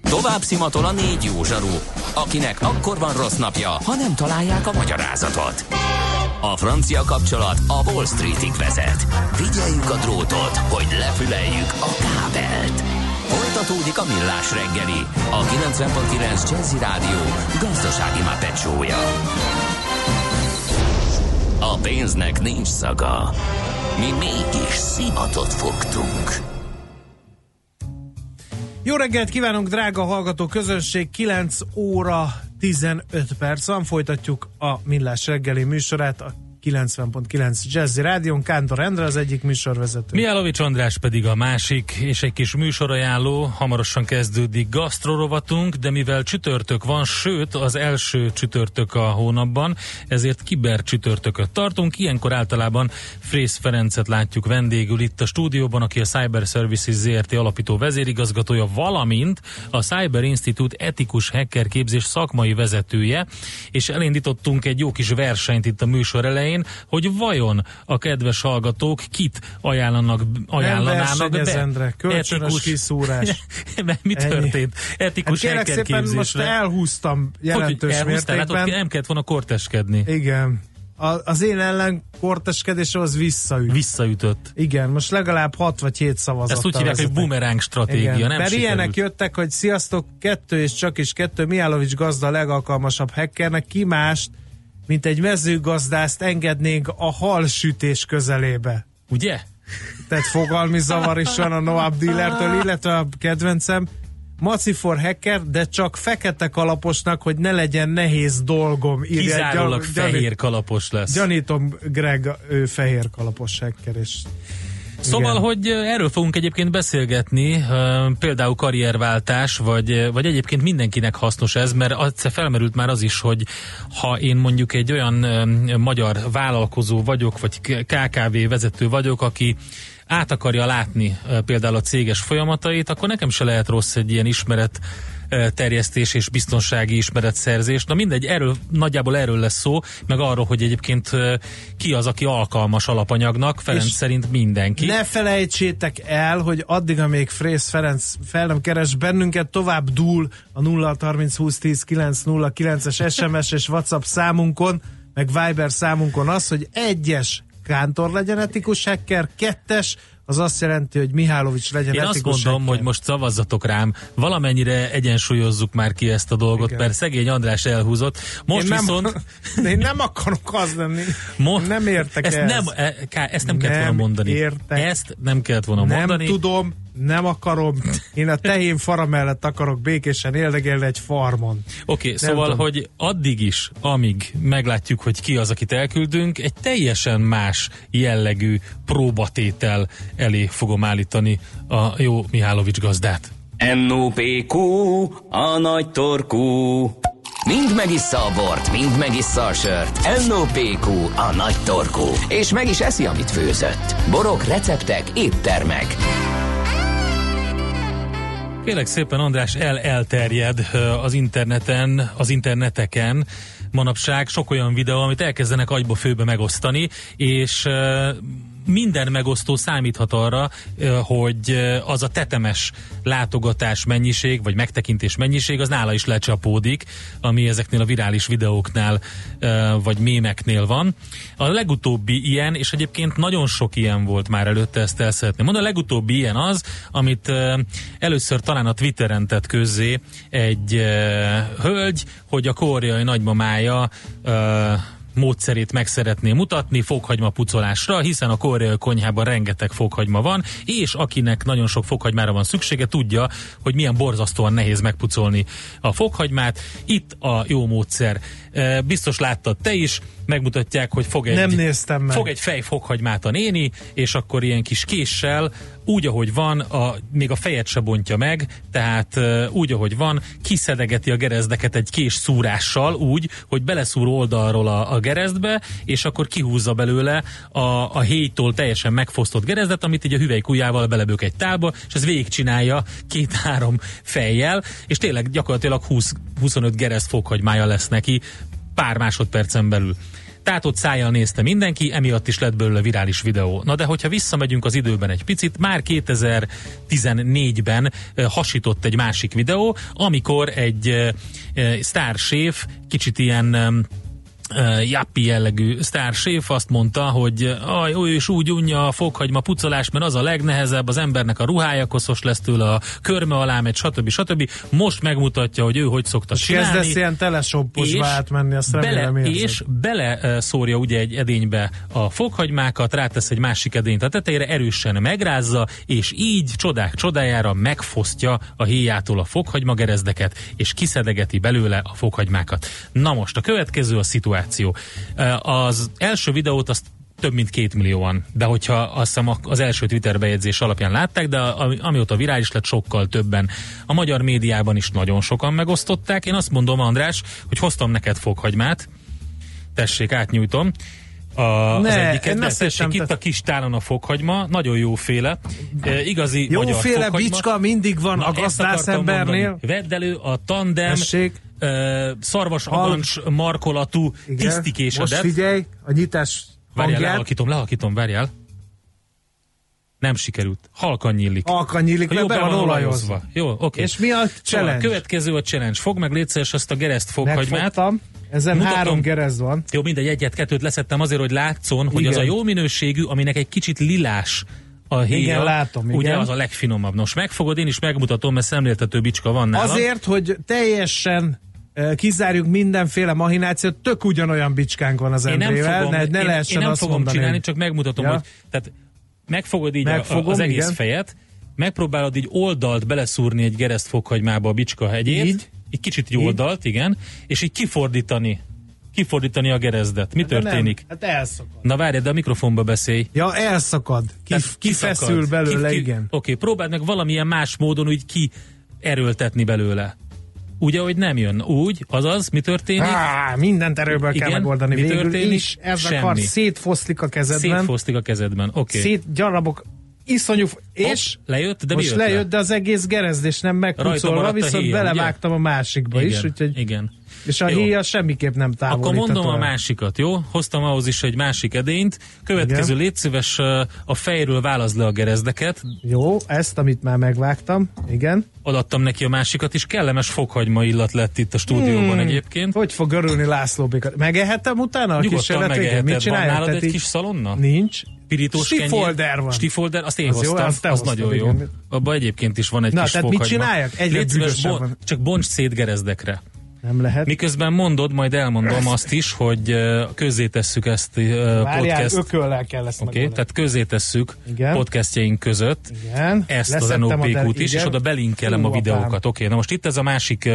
Tovább szimatol a 4 jó zsaru, akinek akkor van rossz napja, ha nem találják a magyarázatot. A francia kapcsolat a Wall Streetig vezet. Figyeljük a drótot, hogy lefüleljük a kábelt. Folytatódik a Millás reggeli, a 90.9 Jazzy Rádió gazdasági mápecsója. A pénznek nincs szaga. Mi mégis szimatot fogtunk. Jó reggelt kívánunk, drága hallgató közönség! 9 óra 15 perc van, folytatjuk a Millás reggeli műsorát a 90.9 Jazzy Rádión. Kántor Endre az egyik műsorvezető. Mihálovics András pedig a másik, és egy kis műsorajánló. Hamarosan kezdődik gasztrorovatunk, de mivel csütörtök van, sőt az első csütörtök a hónapban, ezért kibercsütörtököt tartunk. Ilyenkor általában Frész Ferencet látjuk vendégül itt a stúdióban, aki a Cyber Services Zrt. Alapító vezérigazgatója, valamint a Cyber Institute etikus hacker képzés szakmai vezetője, és elindítottunk egy jó kis versenyt itt a műsor elején, hogy vajon a kedves hallgatók kit ajánlanának be. Endre, kölcsönös kiszúrás. Mi történt? Etikus hát hacker képzésre. Most elhúztam jelentős mértékben. Látod, nem kellett volna korteskedni. Igen. Az én ellen korteskedésre az visszaütött. Igen, most legalább 6 vagy 7 szavazattal. Ezt úgy hívják, hogy bumeráng stratégia. Igen. Nem mert sikerült. Ilyenek jöttek, hogy sziasztok, 2 és csak is 2, Mihálovics gazda a legalkalmasabb hackernek, ki mást, mint egy mezőgazdást engednénk a halsütés közelébe. Ugye? Tehát fogalmi zavar is van a Noab Dealertől, illetve a kedvencem, Maci for hacker, de csak fekete kalaposnak, hogy ne legyen nehéz dolgom. Kizárólag fehér kalapos lesz. Gyanítom, Greg, ő fehér kalapos hacker, és szóval, igen, hogy erről fogunk egyébként beszélgetni, például karrierváltás, vagy egyébként mindenkinek hasznos ez, mert felmerült már az is, hogy ha én mondjuk egy olyan magyar vállalkozó vagyok, vagy KKV vezető vagyok, aki át akarja látni például a céges folyamatait, akkor nekem se lehet rossz egy ilyen ismeret terjesztés és biztonsági ismeretszerzés. Na mindegy, nagyjából erről lesz szó, meg arról, hogy egyébként ki az, aki alkalmas alapanyagnak, Ferenc és szerint mindenki. Ne felejtsétek el, hogy addig, amíg Frész Ferenc fel nem keres bennünket, tovább dúl a 030 20 10 909-es SMS és WhatsApp számunkon, meg Viber számunkon az, hogy 1-es Kántor legyen etikus hacker, 2-es az azt jelenti, hogy Mihálovics legyen etikus hacker. Én azt mondom, hogy most szavazzatok rám, valamennyire egyensúlyozzuk már ki ezt a dolgot, igen, mert szegény András elhúzott. Most én nem akarok az lenni. Nem értek ezt nem kellett volna mondani. Értek. Ezt nem kellett volna mondani. Nem tudom, nem akarom. Én a tehén fara mellett akarok békésen éldegelni egy farmon. Oké, szóval, tudom, hogy addig is, amíg meglátjuk, hogy ki az, akit elküldünk, egy teljesen más jellegű próbatétel elé fogom állítani a jó Mihálovics gazdát. NOPQ, a nagy torkú. Mind megissza a bort, mind megissza a sört. NOPQ, a nagy torkú. És meg is eszi, amit főzött. Borok, receptek, éttermek. Kérlek szépen, András, elterjed az interneteken manapság sok olyan videó, amit elkezdenek agyba főbe megosztani, és minden megosztó számíthat arra, hogy az a tetemes látogatás mennyiség, vagy megtekintés mennyiség, az nála is lecsapódik, ami ezeknél a virális videóknál, vagy mémeknél van. A legutóbbi ilyen, és egyébként nagyon sok ilyen volt már előtte, ezt el szeretném mondani, a legutóbbi ilyen az, amit először talán a Twitteren tett közzé egy hölgy, hogy a koreai nagymamája módszerét meg szeretné mutatni fokhagyma pucolásra, hiszen a koreai konyhában rengeteg fokhagyma van, és akinek nagyon sok fokhagymára van szüksége, tudja, hogy milyen borzasztóan nehéz megpucolni a fokhagymát. Itt a jó módszer. Biztos láttad te is, megmutatják, hogy fog egy fej fokhagymát a néni, és akkor ilyen kis késsel, úgy, ahogy van, még a fejet se bontja meg, tehát úgy, ahogy van, kiszedegeti a gerezdeket egy kés szúrással, úgy, hogy beleszúr oldalról a gerezdbe, és akkor kihúzza belőle a héjtól teljesen megfosztott gerezdet, amit így a hüvelykujjával belebök egy tálba, és ez végigcsinálja 2-3 fejjel, és tényleg gyakorlatilag 20-25 gerezd fokhagymája lesz neki pár másodpercen belül. tátott szájjal nézte mindenki, emiatt is lett belőle virális videó. Na de hogyha visszamegyünk az időben egy picit, már 2014-ben hasított egy másik videó, amikor egy sztárséf, kicsit ilyen jappi jellegű sztárséf azt mondta, hogy ő is úgy unja a fokhagyma pucolás, mert az a legnehezebb, az embernek a ruhája koszos lesz tőle, a körme alá megy, stb. Most megmutatja, hogy ő hogy szokta csinálni. Kezdesz ilyen teleshopposba átmenni, azt remélem és bele szórja ugye egy edénybe a fokhagymákat, rátesz egy másik edényt a tetejére, erősen megrázza, és így csodák csodájára megfosztja a héjától a fokhagymagerezdeket, és kiszedegeti belőle a fokhagymákat. Na most a következő a szituáció. Az első videót azt több mint 2 millióan, de hogyha azt hiszem az első Twitter bejegyzés alapján látták, de amióta virális lett, sokkal többen. A magyar médiában is nagyon sokan megosztották. Én azt mondom, András, hogy hoztam neked fokhagymát. Tessék, átnyújtom. Az egyiket, tessék, itt a kis tálon a fokhagyma, nagyon jóféle, igazi jó magyar féle fokhagyma. bicska mindig van a gazdász embernél. Vedd elő a tandem, szarvasagancs markolatú tisztikésedet. Most figyelj, a nyitás hangját. Lehalkítom, várjál. Nem sikerült. Halkan nyílik. Mert be van olajozva. Jó, oké. És mi a challenge? Szóval, következő a challenge. Fogd meg létszeres azt a gereszt fokhagymát. Megfogtam. Ezen 3 gerezd van. Jó, mindegy, egyet-kettőt leszettem azért, hogy látszon, hogy az a jó minőségű, aminek egy kicsit lilás a héja. Igen, látom, ugye igen. az a legfinomabb. Nos, megfogod, én is megmutatom, mert szemléltető bicska van nálam. Azért, hogy teljesen kizárjuk mindenféle mahinációt, tök ugyanolyan bicskánk van az Endrével, ne lehessen én nem azt fogom mondani, csinálni, csak megmutatom, hogy tehát megfogod így az egész fejet, megpróbálod így oldalt beleszúrni egy gereszt fokhagymába a bicska hegyét, így kicsit így oldalt, igen, és így kifordítani a gerezdet. Mi történik? Hát elszakad. Na várj, de a mikrofonba beszélj. Ja, elszakad. Kifeszül belőle, igen. Oké, próbáld meg valamilyen más módon úgy kierőltetni belőle. Ugye, hogy nem jön. Úgy, azaz, mi történik? Mindent erőből kell megoldani. Mi végül történik? is. Ez a kar szétfoszlik a kezedben. Oké. Szétgyarabok, iszonyú, és lejött, de most lejött, de az egész gerezdés nem megpucolva, viszont héja, belevágtam a másikba igen, is. Úgyhogy igen. És a héja semmiképp nem távolítható. Akkor mondom a másikat, jó? Hoztam ahhoz is egy másik edényt. Következő, légy szíves, a fejről válaszd le a gerezdeket. Jó, ezt, amit már megvágtam, igen. Odaadtam neki a másikat is, kellemes fokhagyma illat lett itt a stúdióban egyébként. Hogy fog örülni László Béka? Megehetem utána a nyugodtan megeheted. Mit csinálják? Van nálad egy kis szalonna? Nincs. Pirítós Stifolder van. Stifolder, azt én hoztam, az nagyon jó. Abban egyébként is van egy kis fokhagyma. Mit csinálják? Egyre büdösebb. Csak bonts szét gerezdekre. Nem lehet. Miközben mondod, majd elmondom azt is, hogy közzétesszük ezt podcast. Ököllel kell ezt megoldani. Tehát közzétesszük podcastjaink között ezt az NOPQ-t is, és oda belinkelem a videókat. Oké, na most itt ez a másik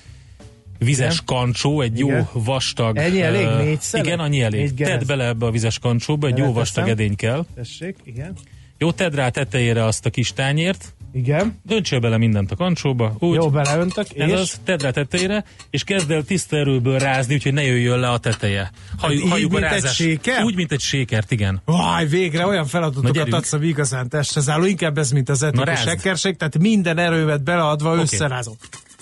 vizes kancsó, egy jó vastag... Ennyi elég? 4 szelet? Igen, annyi elég. Tedd bele ebbe a vizes kancsóba, egy jó vastag edény kell. Tessék, igen. Jó, tedd rá tetejére azt a kis tányért. Igen. Öntsél bele mindent a kancsóba. Úgy. Jó, beleöntök. Ez az, tedd rá tetejére, és kezd el tiszta erőből rázni, úgyhogy ne jöjjön le a teteje. Halljuk a rázás. Úgy, mint egy sékert, igen. Végre olyan feladatokat adsz, ami igazán testhez álló. Inkább ez, mint az etikus sekkerség, tehát minden erővet beleadva összerázom.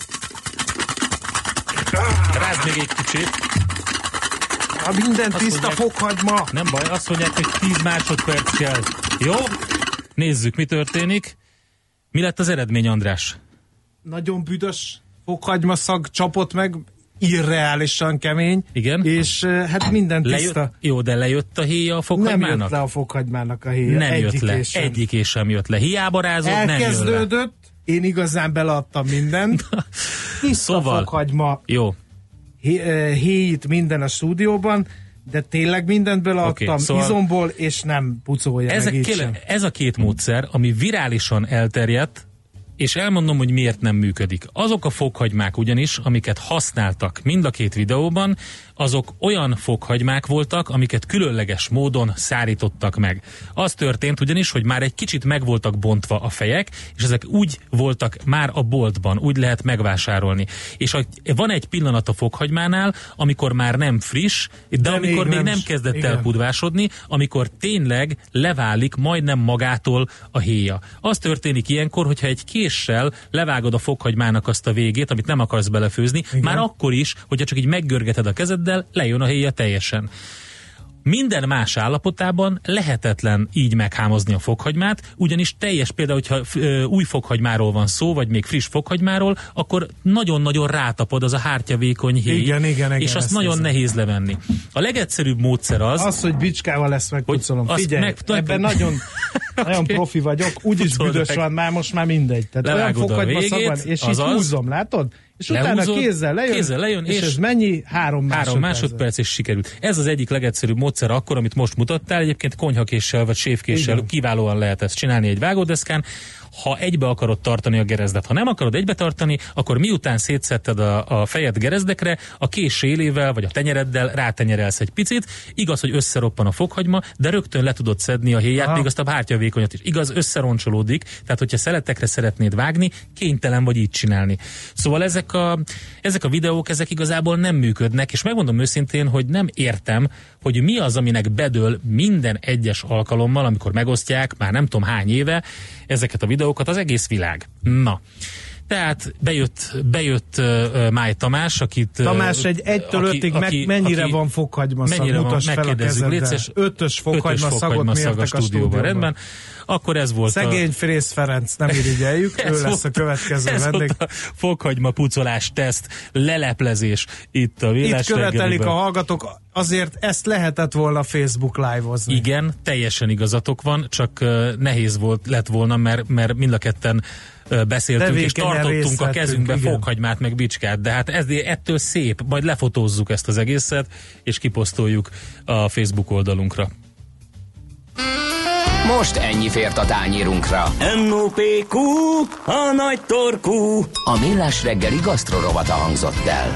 Rázd még egy kicsit. Minden tiszta fokhagyma. Nem baj, azt mondják, hogy 10 másodperc kell. Jó? Nézzük, mi történik. Mi lett az eredmény, András? Nagyon büdös fokhagyma szag csapott meg, irreálisan kemény. Igen. És hát minden tiszta. Jó, de lejött a héja a fokhagymának? Nem jött le a fokhagymának a héja. Nem jött le. Egyik sem jött le. Hiába rázod, nem jön le. Elkezdődött, én igazán beleadtam mindent. Tiszta fokhagyma. Jó. Héjít minden a stúdióban, de tényleg mindent beleadtam, izomból, és nem pucolja meg így sem. Ez a két módszer, ami virálisan elterjedt, és elmondom, hogy miért nem működik. Azok a fokhagymák ugyanis, amiket használtak mind a két videóban, azok olyan fokhagymák voltak, amiket különleges módon szárítottak meg. Az történt ugyanis, hogy már egy kicsit meg voltak bontva a fejek, és ezek úgy voltak már a boltban, úgy lehet megvásárolni. És van egy pillanat a fokhagymánál, amikor már nem friss, de amikor még nem kezdett el pudvásodni, amikor tényleg leválik majdnem magától a héja. Az történik ilyenkor, hogyha egy késsel levágod a fokhagymának azt a végét, amit nem akarsz belefőzni, már akkor is, hogyha csak így meggörgeted a kezeddel, lejön a héja teljesen. Minden más állapotában lehetetlen így meghámozni a fokhagymát, ugyanis teljes, például, hogyha új fokhagymáról van szó, vagy még friss fokhagymáról, akkor nagyon-nagyon rátapod az a hártyavékony héj, igen, és azt nagyon nehéz levenni. A legegyszerűbb módszer az... hogy bicskával lesz megpucolom. Figyelj, ebben nagyon profi vagyok, úgyis büdös van, most már mindegy. Tehát olyan fokhagyma szag van, és így húzom, látod? És utána kézzel lejön, és ez mennyi? 3 másodperc, és sikerült. Ez az egyik legegyszerűbb módszer akkor, amit most mutattál, egyébként konyhakéssel vagy séfkéssel kiválóan lehet ezt csinálni egy vágódeszkán, ha egybe akarod tartani a gerezdet. Ha nem akarod egybe tartani, akkor miután szétszedted a fejed gerezdekre, a kés sélével vagy a tenyereddel rátenyerelsz egy picit. Igaz, hogy összeroppan a fokhagyma, de rögtön le tudod szedni a héját, még azt a hártyavékonyat is. Igaz, összeroncsolódik, tehát hogyha szeletekre szeretnéd vágni, kénytelen vagy így csinálni. Szóval ezek a videók, ezek igazából nem működnek, és megmondom őszintén, hogy nem értem, hogy mi az, aminek bedől minden egyes alkalommal, amikor megosztják, már nem tudom hány éve, ezeket a videókat az egész világ. Na, tehát bejött Máj Tamás, akit... Tamás, egy 1-től 5-ig mennyire van fokhagyma szag? Mutasd fel a kezeddel. 5-ös fokhagyma szagot mértek a stúdióban. Rendben. Akkor ez volt szegény Frész Ferenc, nem irigyeljük, ő lesz a következő vendég. A fokhagyma pucolás teszt, leleplezés itt a Villás Itt követelik a hallgatók, azért ezt lehetett volna Facebook live-ozni. Igen, teljesen igazatok van, csak nehéz lett volna, mert mind a ketten beszéltünk, és tartottunk a kezünkbe fokhagymát, meg bicskát, de hát ettől szép, majd lefotózzuk ezt az egészet, és kiposztoljuk a Facebook oldalunkra. Most ennyi fért a tányérunkra. M.O.P.Q. a nagy torkú. A Millás reggeli gasztrorovata hangzott el.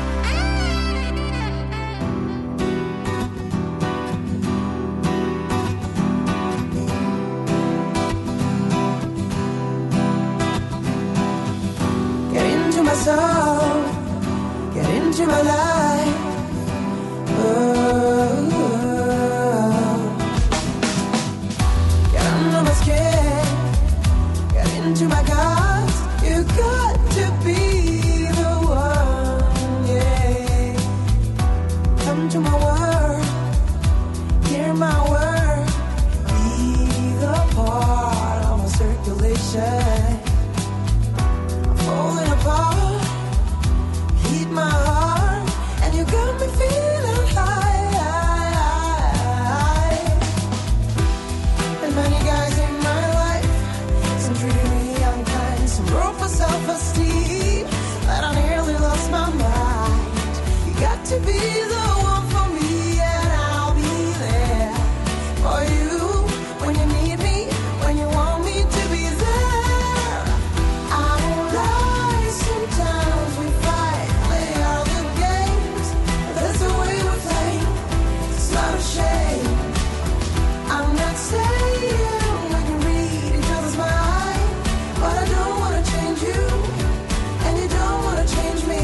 Get into my soul, get into my life. Into my guts, you got to be the one, yeah. Come to my world, hear my word, be the part of my circulation. I'm falling apart, heat my heart, and you got me feeling high. And many guys in my life, some treated me unkind, some broke my self-esteem, but I nearly lost my mind. You got to be the one for me, and I'll be there for you when you need me, when you want me to be there. I won't lie, sometimes we fight, play all the games, but that's the way we play. It's not a shame. I'm not saying we can read each other's mind, but I don't want to change you, and you don't want to change me.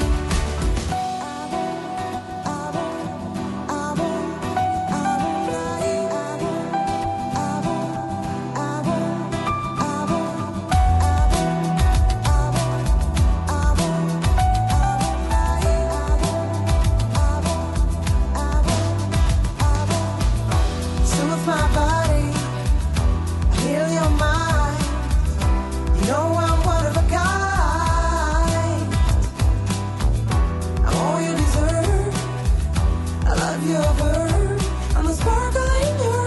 Soothe my body, heal your mind. You know I'm one of a kind. I'm all you deserve. I love your bird and the sparkle in your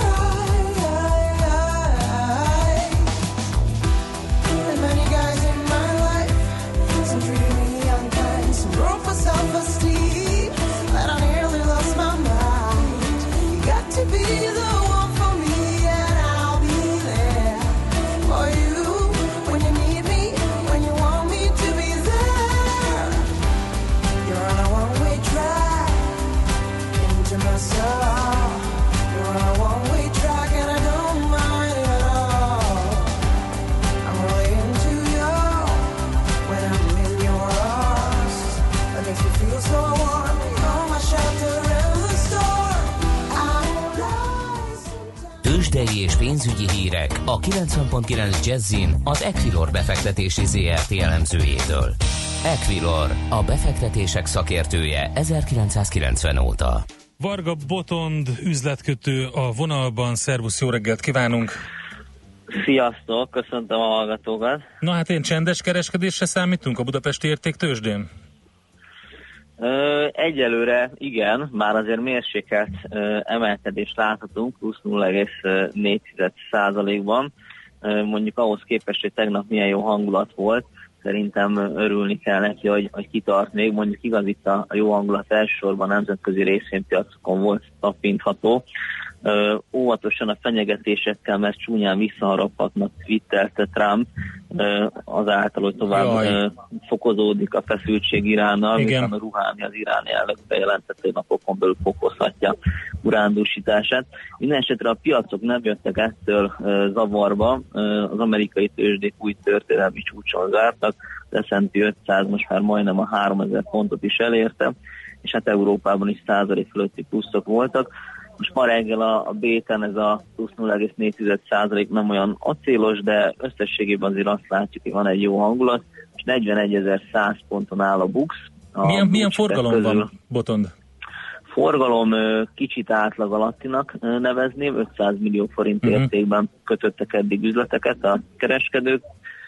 eyes. And many guys in my life, some treated me unkind, some broke my self-esteem, but I nearly lost my mind. You got to be the one for me, and I'll be there for you when you need me, when you want me to be there. You're on a one-way track into my soul. You're on a one-way track, and I don't mind it at all. I'm really into you when I'm in your arms. That makes me feel so warm. You're my shelter in the storm. I won't lie sometimes. Tőzsdei és pénzügyi hírek a 90.9 Jazzin az Equilor befektetési ZRT elemzőjétől. Equilor, a befektetések szakértője 1990 óta. Varga Botond üzletkötő a vonalban. Szervusz, jó reggelt kívánunk! Sziasztok, köszöntöm a hallgatókat! Na hát én csendes kereskedésre számítunk a Budapesti Értéktőzsdén? Egyelőre igen, már azért mérsékelt emelkedést láthatunk, plusz 0,4%-ban. Mondjuk ahhoz képest, hogy tegnap milyen jó hangulat volt, szerintem örülni kell neki, hogy kitart még. Mondjuk igaz, itt a jó hangulat elsősorban nemzetközi részvénypiacokon volt tapintható. Óvatosan a fenyegetésekkel, mert csúnyán visszaharaphatnak, twittelte Trump, azáltal, hogy tovább fokozódik a feszültség Iránnal, miután a Ruháni az iráni elnök bejelentett, hogy napokon belül fokozhatja urándúsítását. Minden esetre a piacok nem jöttek ettől zavarba, az amerikai tőzsdék új történelmi csúcson zártak, az S&P 500 most már majdnem a 3000 pontot is elérte, és hát Európában is 100% fölötti pluszok voltak. Most ma reggel a B-ten ez a plusz 0,4% nem olyan acélos, de összességében azért azt látjuk, hogy van egy jó hangulat, és 41.100 ponton áll a BUX. Milyen forgalom van, Botond? Forgalom kicsit átlag alattinak nevezném, 500 millió forint értékben kötöttek eddig üzleteket a kereskedők.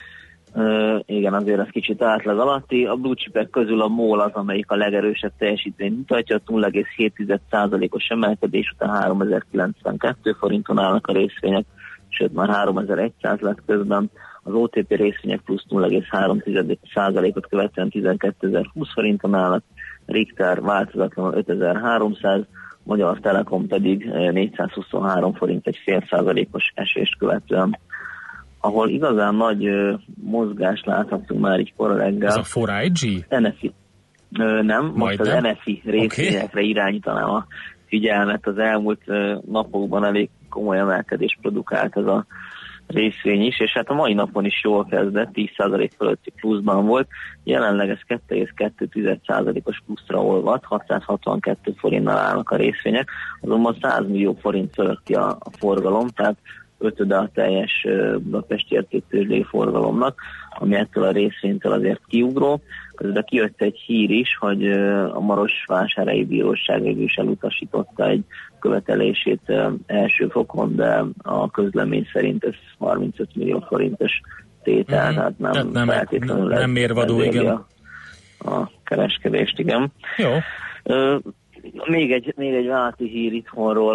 Igen, azért ez kicsit átlag alatti. A blue chipek közül a MOL az, amelyik a legerősebb teljesítményt mutatja, 0,7%-os emelkedés után 3092 forinton állnak a részvények, sőt már 3100 lett közben. Az OTP részvények plusz 0,3%-ot követően 12.020 forinton állnak, Richter változatlanul 5300, Magyar Telekom pedig 423 forint, egy fél százalékos esést követően. Ahol igazán nagy mozgást láthatunk már így kora reggel. Ez a 4IG? NFI. Nem, most az NFI részvényekre irányítanám a figyelmet. Az elmúlt napokban elég komoly emelkedést produkált ez a részvény is, és hát a mai napon is jól kezdett, 10% fölötti pluszban volt. Jelenleg ez 2,2%-os pluszra olvad, 662 forintnál állnak a részvények, azonban 100 millió forint fölötti a forgalom, tehát ötöde a teljes budapesti értéktőzsdei forgalomnak, ami ettől a részvénytől azért kiugró. Közben kijött egy hír is, hogy a Marosvásárhelyi Bíróság végül is elutasította egy követelését első fokon, de a közlemény szerint ez 35 millió forintos tétel, tehát nem feltétlenül nem mérvadó, igen. A kereskedést, igen. Jó. Még egy válti hír itthonról,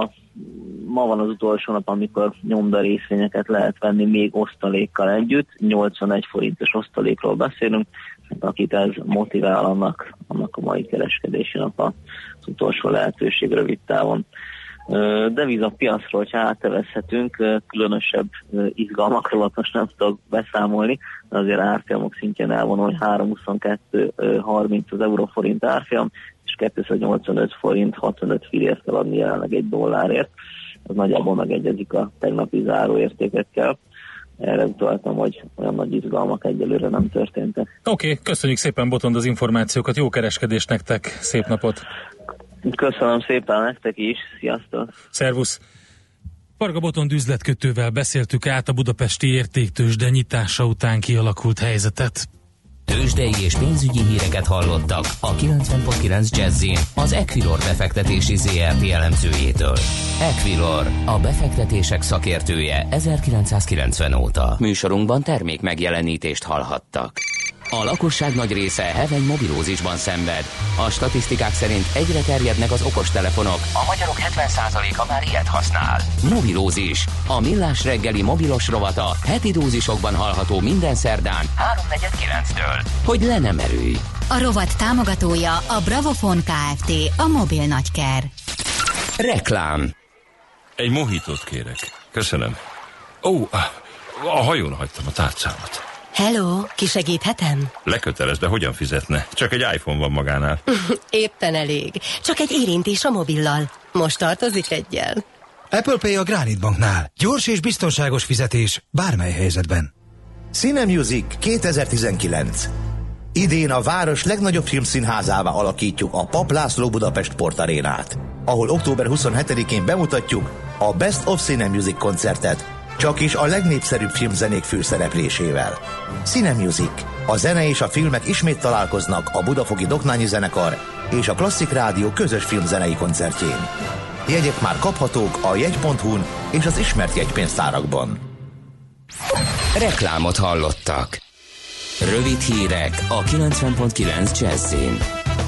ma van az utolsó nap, amikor nyomda részvényeket lehet venni még osztalékkal együtt, 81 forintos osztalékról beszélünk, akit ez motivál annak a mai kereskedési nap az utolsó lehetőség rövid távon. Devizapiacról, hogyha áttevezhetünk, különösebb izgalmakról most nem tudok beszámolni, de azért árfolyamok szintjén elvonul, hogy 3,22,30 az euróforint árfolyam, és 285 forint 65 fillért kell adni jelenleg egy dollárért. Ez nagyjából megegyezik a tegnapi záróértékekkel. Erre utaltam, hogy olyan nagy izgalmak egyelőre nem történtek. Oké, köszönjük szépen, Botond, az információkat, jó kereskedést nektek, szép napot! Köszönöm szépen nektek is, sziasztok! Szervusz! Varga Botond üzletkötővel beszéltük át a budapesti értéktőzsde nyitása után kialakult helyzetet. Tőzsdei és pénzügyi híreket hallottak a 90.9 Jazzin az Equilor befektetési ZRT elemzőjétől. Equilor, a befektetések szakértője 1990 óta. Műsorunkban termék megjelenítést hallhattak. A lakosság nagy része heveny mobilózisban szenved. A statisztikák szerint egyre terjednek az okostelefonok, a magyarok 70%-a már ilyet használ. Mobilózis, a millás reggeli mobilos rovata heti dózisokban hallható minden szerdán 3:49-től. Hogy le nem erőj. A rovat támogatója a Bravofon Kft. A mobil nagyker. Reklám. Egy mojitót kérek. Köszönöm. A hajón hagytam a tárcámat. Hello, kisegíthetem? Lekötelez, de hogyan fizetne? Csak egy iPhone van magánál. Éppen elég. Csak egy érintés a mobillal. Most tartozik eggyel. Apple Pay a Granite Banknál. Gyors és biztonságos fizetés bármely helyzetben. Cine Music 2019. Idén a város legnagyobb filmszínházává alakítjuk a Papp László Budapest Sportarénát, ahol október 27-én bemutatjuk a Best of Cine Music koncertet csak is a legnépszerűbb filmzenék főszereplésével. Cinemusic. A zene és a filmek ismét találkoznak a Budafoki Doknányi Zenekar és a Klasszik Rádió közös filmzenei koncertjén. Jegyek már kaphatók a jegy.hu-n és az ismert jegypénztárakban. Reklámot hallottak. Rövid hírek a 90.9 Jazzin.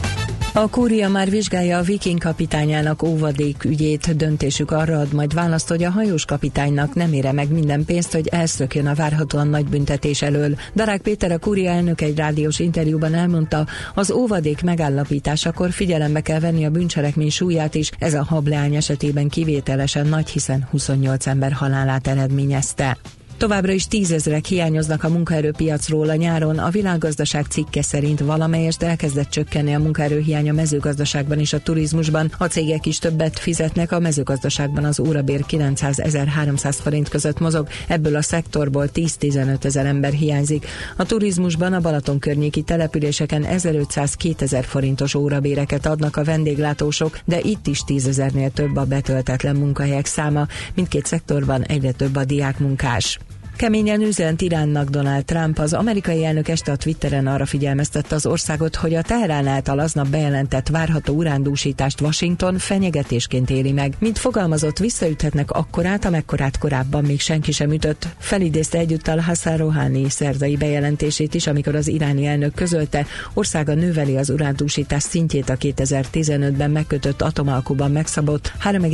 A kúria már vizsgálja a Viking kapitányának óvadék ügyét, döntésük arra ad majd választ, hogy a hajós kapitánynak nem ére meg minden pénzt, hogy elszökjön a várhatóan nagy büntetés elől. Darák Péter, a kúria elnök egy rádiós interjúban elmondta, az óvadék megállapításakor figyelembe kell venni a bűncselekmény súlyát is, ez a hableány esetében kivételesen nagy, hiszen 28 ember halálát eredményezte. Továbbra is 10 000-ek hiányoznak a munkaerőpiacról a nyáron. A Világgazdaság cikke szerint valamelyest elkezdett csökkenni a munkaerőhiány a mezőgazdaságban és a turizmusban. A cégek is többet fizetnek, a mezőgazdaságban az órabér 900-1300 forint között mozog, ebből a szektorból 10-15 000 ember hiányzik. A turizmusban a Balaton környéki településeken 1500-2000 forintos órabéreket adnak a vendéglátósok, de itt is 10 000-nél több a betöltetlen munkahelyek száma. Mindkét szektorban egyre több a diákmunkás. Keményen üzent Iránnak Donald Trump. Az amerikai elnök este a Twitteren arra figyelmeztette az országot, hogy a Teherán által aznap bejelentett várható urándúsítást Washington fenyegetésként éli meg. Mint fogalmazott, visszaüthetnek akkorát, amekkorát korábban még senki sem ütött. Felidézte egyúttal Hassan Rouhani szerdai bejelentését is, amikor az iráni elnök közölte, országa növeli az urándúsítás szintjét a 2015-ben megkötött atomalkuban megszabott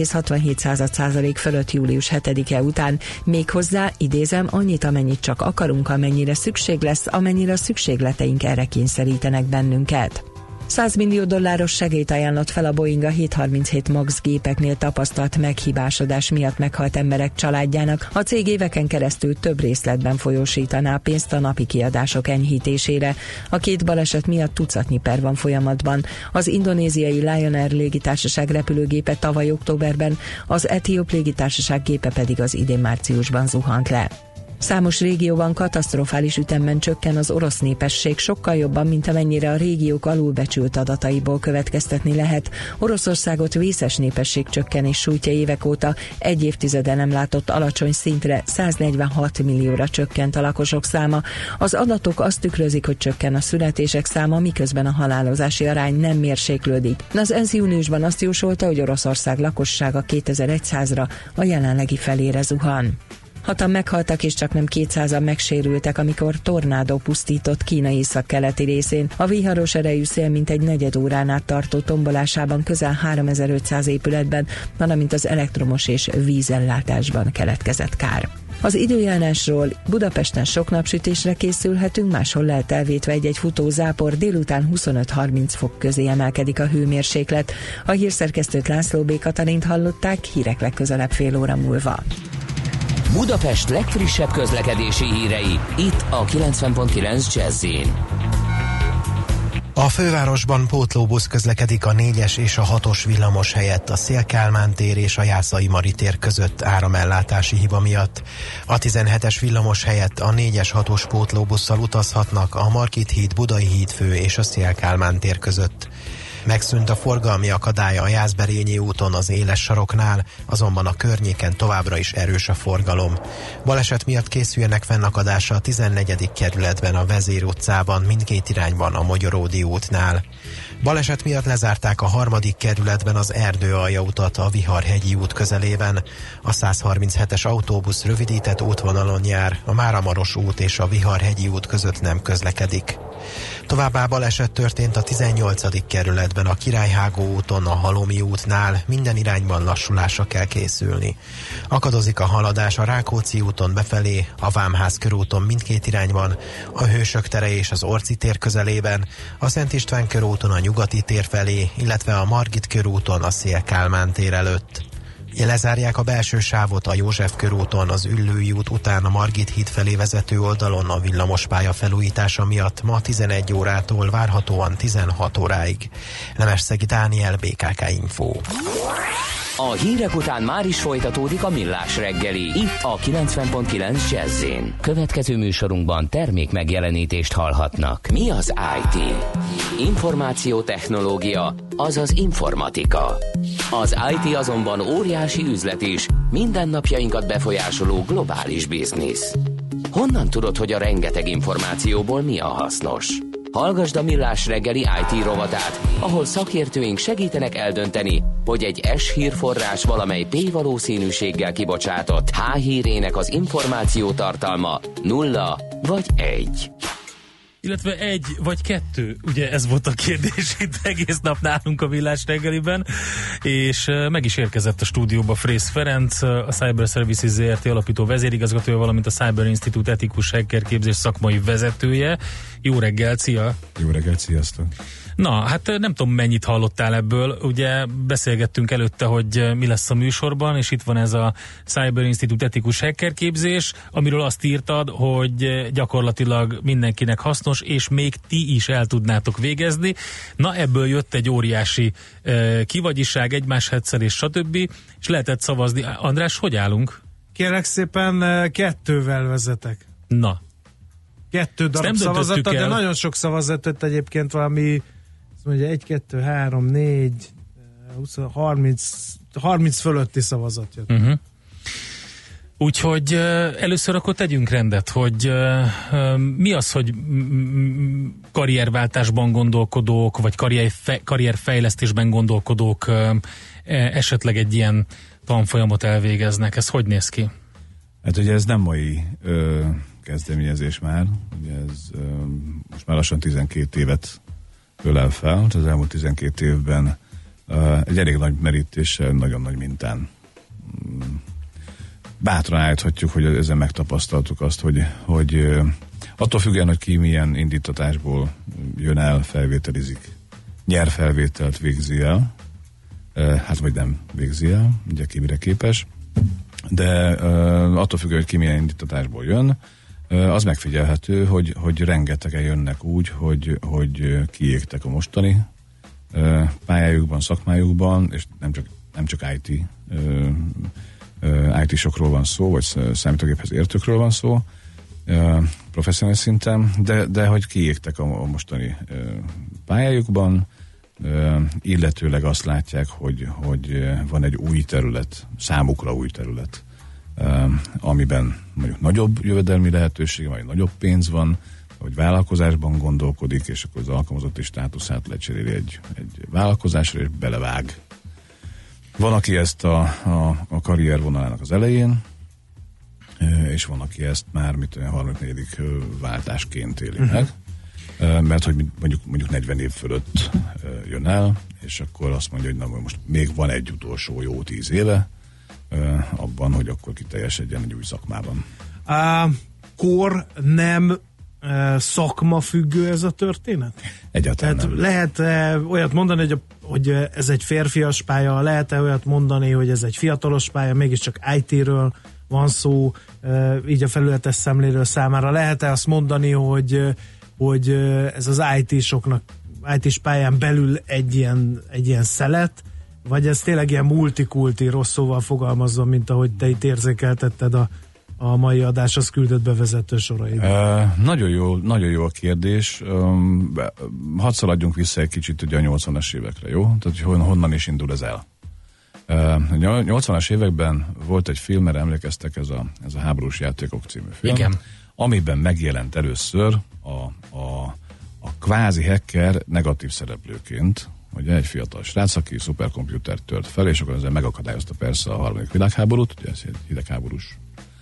3,67% fölött július 7-e után. Méghozzá, idézem, annyit, amennyit csak akarunk, amennyire szükség lesz, amennyire a szükségleteink erre kényszerítenek bennünket. $100 millió segélyt ajánlott fel a Boeing a 737 MAX gépeknél tapasztalt meghibásodás miatt meghalt emberek családjának. A cég éveken keresztül több részletben folyósítaná a pénzt a napi kiadások enyhítésére. A két baleset miatt tucatnyi per van folyamatban. Az indonéziai Lion Air légitársaság repülőgépe tavaly októberben, az Etióp légitársaság gépe pedig az idén márciusban zuhant le. Számos régióban katasztrofális ütemben csökken az orosz népesség, sokkal jobban, mint amennyire a régiók alulbecsült adataiból következtetni lehet. Oroszországot vészes népességcsökkenés sújtja évek óta, egy évtizede nem látott alacsony szintre, 146 millióra csökkent a lakosok száma. Az adatok azt tükrözik, hogy csökken a születések száma, miközben a halálozási arány nem mérséklődik. Az ENSZ júniusban azt jósolta, hogy Oroszország lakossága 2100-ra a jelenlegi felére zuhan. 6-an meghaltak és csaknem 200-an megsérültek, amikor tornádó pusztított Kína északkeleti részén. A viharos erejű szél mintegy negyed órán át tartó tombolásában közel 3500 épületben, valamint az elektromos és vízellátásban keletkezett kár. Az időjárásról: Budapesten sok napsütésre készülhetünk, máshol lehet elvétve egy-egy futó zápor, délután 25-30 fok közé emelkedik a hőmérséklet. A hírszerkesztőt, László B. Katalint hallották, hírek legközelebb fél óra múlva. Budapest legfrissebb közlekedési hírei, itt a 90.9 Jazzin. A fővárosban pótlóbusz közlekedik a 4-es és a 6-os villamos helyett a Széll-Kálmán tér és a Jászai Mari tér között áramellátási hiba miatt. A 17-es villamos helyett a 4-es 6-os pótlóbusszal utazhatnak a Margit híd, Budai híd fő és a Széll-Kálmán tér között. Megszűnt a forgalmi akadálya a Jászberényi úton az éles saroknál, azonban a környéken továbbra is erős a forgalom. Baleset miatt készüljenek fennakadásra a 14. kerületben a Vezér utcában, mindkét irányban a Mogyoródi útnál. Baleset miatt lezárták a 3. kerületben az Erdőalja utat a Viharhegyi út közelében. A 137-es autóbusz rövidített útvonalon jár, a Máramaros út és a Viharhegyi út között nem közlekedik. Továbbá baleset történt a 18. kerületben a Királyhágó úton, a Halomi útnál, minden irányban lassulásra kell készülni. Akadozik a haladás a Rákóczi úton befelé, a Vámház körúton mindkét irányban, a Hősök tere és az Orci tér közelében, a Szent István körúton a Nyugati tér felé, illetve a Margit körúton a Széll-Kálmán tér előtt. Lezárják a belső sávot a József körúton, az Üllői út után a Margit híd felé vezető oldalon a villamospálya felújítása miatt ma 11 órától várhatóan 16 óráig. Nemesszegi Dániel, BKK Info. A hírek után már is folytatódik a Millás reggeli, itt a 90.9 Jazz-in. Következő műsorunkban termék megjelenítést hallhatnak. Mi az IT? Információtechnológia, azaz informatika. Az IT azonban óriási üzlet is, Mindennapjainkat befolyásoló globális biznisz. Honnan tudod, hogy a rengeteg információból mi a hasznos? Hallgasd a Millás reggeli IT rovatát, ahol szakértőink segítenek eldönteni, hogy egy S-hírforrás valamely P-valószínűséggel kibocsátott H-hírének az információ tartalma 0 vagy 1. Illetve 1 vagy 2, ugye ez volt a kérdés itt egész nap nálunk a Millás reggeliben, és meg is érkezett a stúdióba Frész Ferenc, a Cyber Services ZRT alapító vezérigazgatója, valamint a Cyber Institute etikus hackerképzés szakmai vezetője. Jó reggelt, szia! Jó reggelt, sziasztok! Na, hát nem tudom, mennyit hallottál ebből. Ugye beszélgettünk előtte, hogy mi lesz a műsorban, és itt van ez a Cyber Institute etikus hackerképzés, amiről azt írtad, hogy gyakorlatilag mindenkinek hasznos, és még ti is el tudnátok végezni. Na, ebből jött egy óriási kivagyiság, egymás hetszelés, stb. És lehetett szavazni. András, hogy állunk? Kérlek szépen, 2-vel vezetek. Na. 2 darab szavazata, de nagyon sok szavazatot egyébként valami, azt mondja 1, 2, 3, 4, 20, 30 fölötti szavazat jött. Úgyhogy először akkor tegyünk rendet, hogy mi az, hogy karrierváltásban gondolkodók, vagy karrierfejlesztésben gondolkodók esetleg egy ilyen tanfolyamot elvégeznek. Ez hogy néz ki? Hát ugye ez nem mai kezdeményezés már, ugye ez most már lassan 12 évet ölel fel, az elmúlt 12 évben egy elég nagy merítéssel, nagyon nagy mintán. Bátran állíthatjuk, hogy ezzel megtapasztaltuk azt, hogy attól függően, hogy ki milyen indítatásból jön el, felvételizik, nyer felvételt, végzi el, hát vagy nem végzi el, ugye ki mire képes, de attól függően, hogy ki milyen indítatásból jön, az megfigyelhető, hogy rengetegen jönnek úgy, hogy kiégtek a mostani pályájukban, szakmájukban, és nem csak IT-sokról van szó, vagy számítógéphez értőkről van szó, professzionális szinten, de hogy kiégtek a mostani pályájukban, illetőleg azt látják, hogy van egy új terület, számukra új terület, amiben mondjuk nagyobb jövedelmi lehetőség, vagy nagyobb pénz van, vagy vállalkozásban gondolkodik, és akkor az alkalmazotti státuszát lecseréli egy vállalkozásra, és belevág. Van, aki ezt a karrier vonalának az elején, és van, aki ezt már 3.-4. váltásként éli meg, mert hogy mondjuk 40 év fölött jön el, és akkor azt mondja, hogy na, most még van egy utolsó jó 10 éve, abban, hogy akkor kiteljesedjen egy új szakmában. Kor nem szakma függő ez a történet? Egyáltalán tehát nem. Lehet olyat mondani, hogy ez egy férfias pálya, lehet-e olyat mondani, hogy ez egy fiatalos pálya, mégiscsak IT-ről van szó, így a felületes szemlélő számára. Lehet-e azt mondani, hogy ez az IT-s pályán belül egy ilyen szelet, vagy ez tényleg ilyen multikulti, rossz szóval fogalmazva, mint ahogy te itt érzékeltetted a mai adáshoz küldött bevezető soraid? Nagyon jó a kérdés. Hadd szaladjunk vissza egy kicsit ugye a 80-as évekre, jó? Tehát honnan is indul ez el? A 80-as években volt egy film, erre emlékeztek, ez a Háborús játékok című film, igen, amiben megjelent először a kvázi hacker negatív szereplőként, ugye egy fiatal srác, aki szuperkomputert tört fel, és akkor ezzel megakadályozta persze a harmadik világháborút, ugye ez egy hidegháborús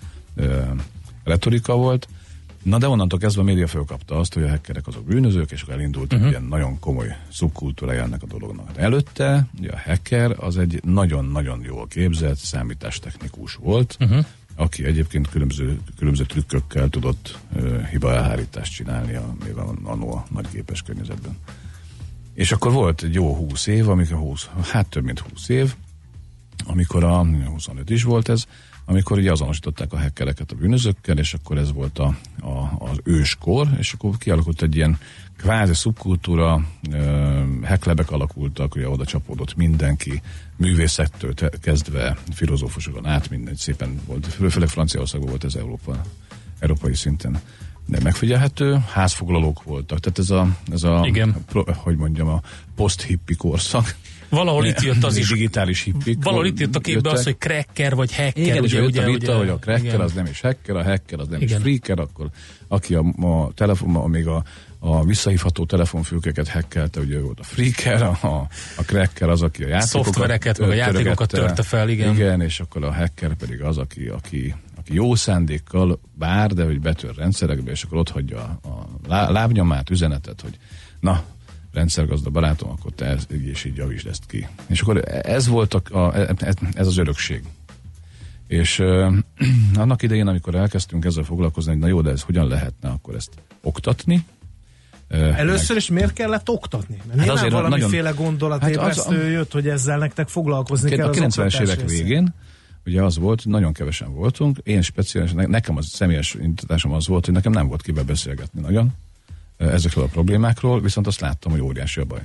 retorika volt. Na de onnantól kezdve a média fölkapta azt, hogy a hackerek azok bűnözők, és akkor elindult egy ilyen nagyon komoly szubkultúrája ennek a dolognak. De előtte ugye a hacker az egy nagyon-nagyon jól képzett számítástechnikus volt, aki egyébként különböző trükkökkel tudott hibaelhárítást csinálni még annó a nagygépes környezetben. És akkor volt egy jó 20 év, több mint 20 év, amikor 25 is volt ez, amikor ugye azonosították a hackereket a bűnözőkkel, és akkor ez volt az őskor, és akkor kialakult egy ilyen kvázi szubkultúra, hacklabek alakultak, ugye oda csapódott mindenki, művészettől kezdve filozófusokon át, mindegy szépen volt, főleg Franciaországban volt ez európai szinten. De megfigyelhető, házfoglalók voltak, tehát ez a hogy mondjam, a post-hippi korszak, Valahol itt jött az is. Digitális hippik. Valahol itt jött a képbe az, hogy cracker vagy hacker. Igen, ugye, és jött a vita, ugye, hogy a cracker igen. az nem is hacker, a hacker az nem Igen. is freaker, akkor aki a telefon, még a visszahívható telefonfülkeket hackelte, ugye volt a freaker, a cracker az, aki a játékokat szoftvereket, meg a játékokat törte fel, igen. Igen, és akkor a hacker pedig az, aki jó szándékkal bár, de hogy betör rendszerekbe, és akkor ott hagyja a lábnyomát, üzenetet, hogy na, rendszergazda barátom, akkor te és így javítsd ezt ki. És akkor ez volt ez az örökség. És annak idején, amikor elkezdtünk ezzel foglalkozni, hogy na jó, de ez hogyan lehetne akkor ezt oktatni? Először is miért kellett oktatni? Mert nyilván azért valamiféle gondolatébresztő jött, hogy ezzel nektek foglalkozni kell a 90-es évek végén, ugye az volt, nagyon kevesen voltunk, én speciálisan, nekem az személyes indítatásom az volt, hogy nekem nem volt kibe beszélgetni nagyon ezekről a problémákról, viszont azt láttam, hogy óriási a baj.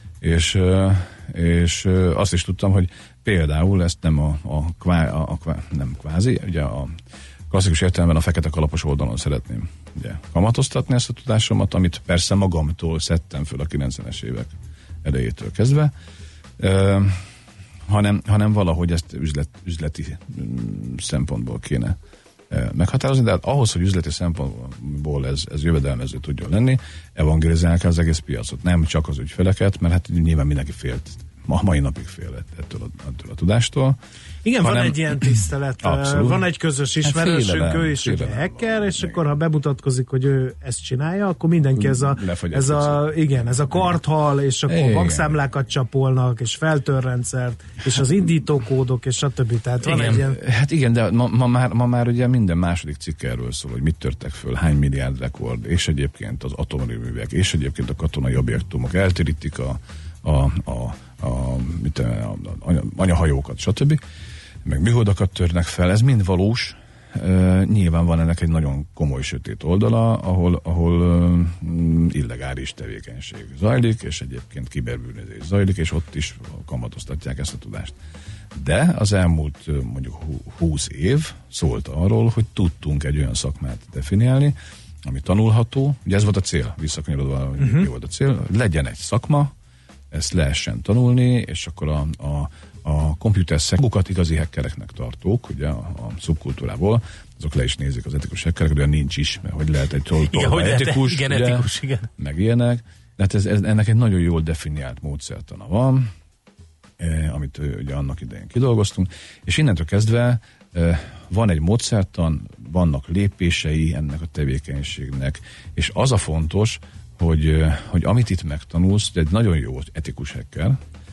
És azt is tudtam, hogy például ezt nem nem kvázi, ugye a klasszikus értelemben a fekete kalapos oldalon szeretném ugye kamatoztatni ezt a tudásomat, amit persze magamtól szedtem föl a 90-es évek elejétől kezdve, hanem valahogy ezt üzleti szempontból kéne meghatározni, de ahhoz, hogy üzleti szempontból ez jövedelmező tudjon lenni, evangelizálni kell az egész piacot, nem csak az ügyfeleket, mert hát nyilván mindenki félt, a mai napig fél ettől a tudástól. Igen, van egy ilyen tisztelet, abszolút. Van egy közös ismerősünk, ő is egy hacker, és akkor ha bemutatkozik, hogy ő ezt csinálja, akkor mindenki ez a karthal, és akkor bankszámlákat csapolnak, és feltörrendszert, és az indítókódok, és stb. Tehát van egy ilyen... Hát igen, de ma már ugye minden második cikk erről szól, hogy mit törtek föl, hány milliárd rekord, és egyébként az atomerőművek, és egyébként a katonai objektumok eltérítik anyahajókat, stb. Meg műholdakat törnek fel, ez mind valós. Nyilván van ennek egy nagyon komoly sötét oldala, ahol illegális tevékenység zajlik, és egyébként kiberbűnözés zajlik, és ott is kamatoztatják ezt a tudást. De az elmúlt mondjuk 20 év szólt arról, hogy tudtunk egy olyan szakmát definiálni, ami tanulható. Ugye ez volt a cél, visszakanyarodva, hogy mi volt a cél, legyen egy szakma, ezt lehessen tanulni, és akkor a computer szakokat igazi hackereknek tartók, ugye a szubkultúrából, azok le is nézik az etikus hackerek, de nincs is, mert hogy lehet egy tolva etikus, igen, ugye, etikus, igen. meg ilyenek. De hát ennek egy nagyon jól definiált módszertana van, amit ugye annak idején kidolgoztunk, és innentől kezdve van egy módszertan, vannak lépései ennek a tevékenységnek, és az a fontos, hogy amit itt megtanulsz, egy nagyon jó etikus hacker,